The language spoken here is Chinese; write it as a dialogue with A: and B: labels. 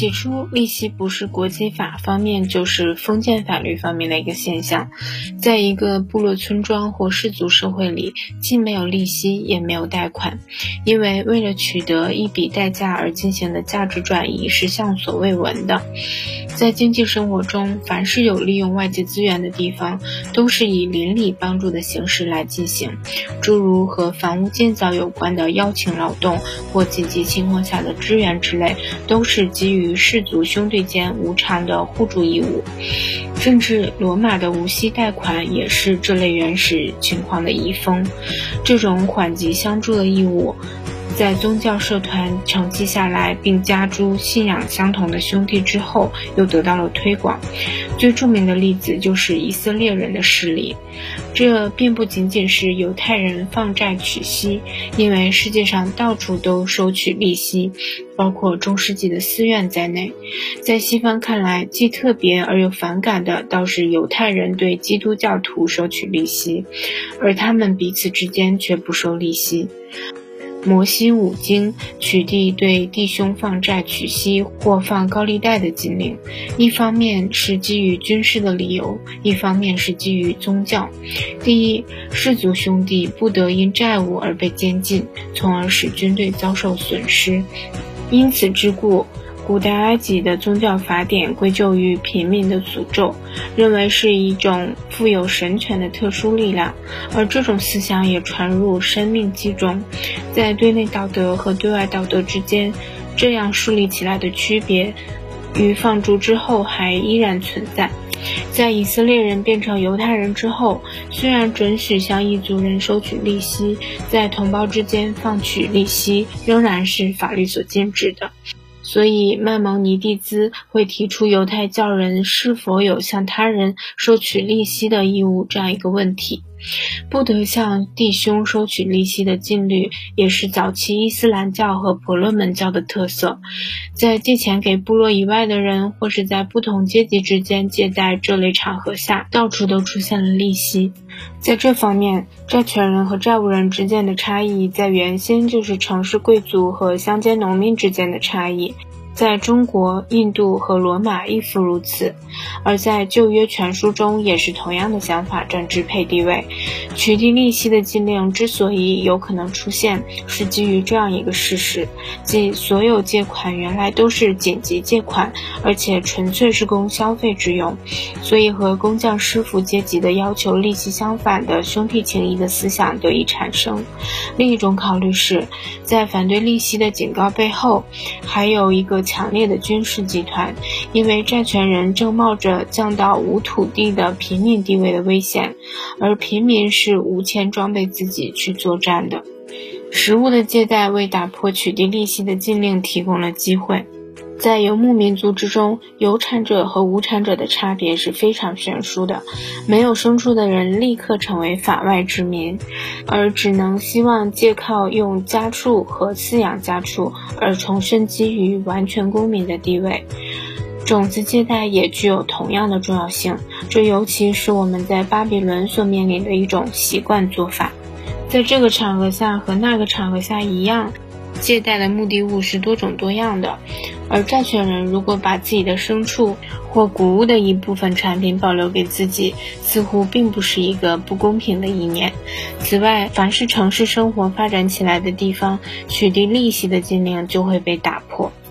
A: 起初，利息不是国籍法方面就是封建法律方面的一个现象。在一个部落村庄或氏族社会里，既没有利息也没有贷款，因为为了取得一笔代价而进行的价值转移是向所未闻的。在经济生活中，凡是有利用外界资源的地方，都是以邻里帮助的形式来进行，诸如和房屋建造有关的邀请劳动或紧急情况下的支援之类，都是基于氏族兄弟间无偿的互助义务。甚至罗马的无息贷款也是这类原始情况的遗风。这种缓急相助的义务在宗教社团承继下来，并加诸信仰相同的兄弟之后，又得到了推广。最著名的例子就是以色列人的事例。这并不仅仅是犹太人放债取息，因为世界上到处都收取利息，包括中世纪的寺院在内。在西方看来，既特别而又反感的倒是犹太人对基督教徒收取利息，而他们彼此之间却不收利息。摩西五经取缔对弟兄放债取息或放高利贷的禁令，一方面是基于军事的理由，一方面是基于宗教。第一，氏族兄弟不得因债务而被监禁，从而使军队遭受损失。因此之故，古代埃及的宗教法典归咎于平民的诅咒，认为是一种富有神权的特殊力量，而这种思想也传入生命记中。在对内道德和对外道德之间，这样树立起来的区别于放逐之后还依然存在。在以色列人变成犹太人之后，虽然准许向异族人收取利息，在同胞之间放取利息仍然是法律所禁止的。所以麦蒙尼蒂兹会提出犹太教人是否有向他人收取利息的义务这样一个问题。不得向弟兄收取利息的禁律也是早期伊斯兰教和婆罗门教的特色。在借钱给部落以外的人，或是在不同阶级之间借贷这类场合下，到处都出现了利息。在这方面，债权人和债务人之间的差异在原先就是城市贵族和乡间农民之间的差异，在中国、印度和罗马亦复如此，而在旧约全书中也是同样的想法占支配地位。取缔利息的禁令之所以有可能出现，是基于这样一个事实，即所有借款原来都是紧急借款，而且纯粹是供消费之用，所以和工匠师傅阶级的要求利息相反的兄弟情谊的思想得以产生。另一种考虑是，在反对利息的警告背后，还有一个强烈的军事集团，因为债权人正冒着降到无土地的平民地位的危险，而平民是无钱装备自己去作战的。实物的借贷为打破取缔利息的禁令提供了机会。在游牧民族之中，有产者和无产者的差别是非常悬殊的。没有牲畜的人立刻成为法外之民，而只能希望借靠用家畜和饲养家畜而重申基于完全公民的地位。种子借贷也具有同样的重要性，这尤其是我们在巴比伦所面临的一种习惯做法。在这个场合下和那个场合下一样，借贷的目的物是多种多样的，而债权人如果把自己的牲畜或谷物的一部分产品保留给自己，似乎并不是一个不公平的意念。此外，凡是城市生活发展起来的地方，取缔利息的禁令就会被打破。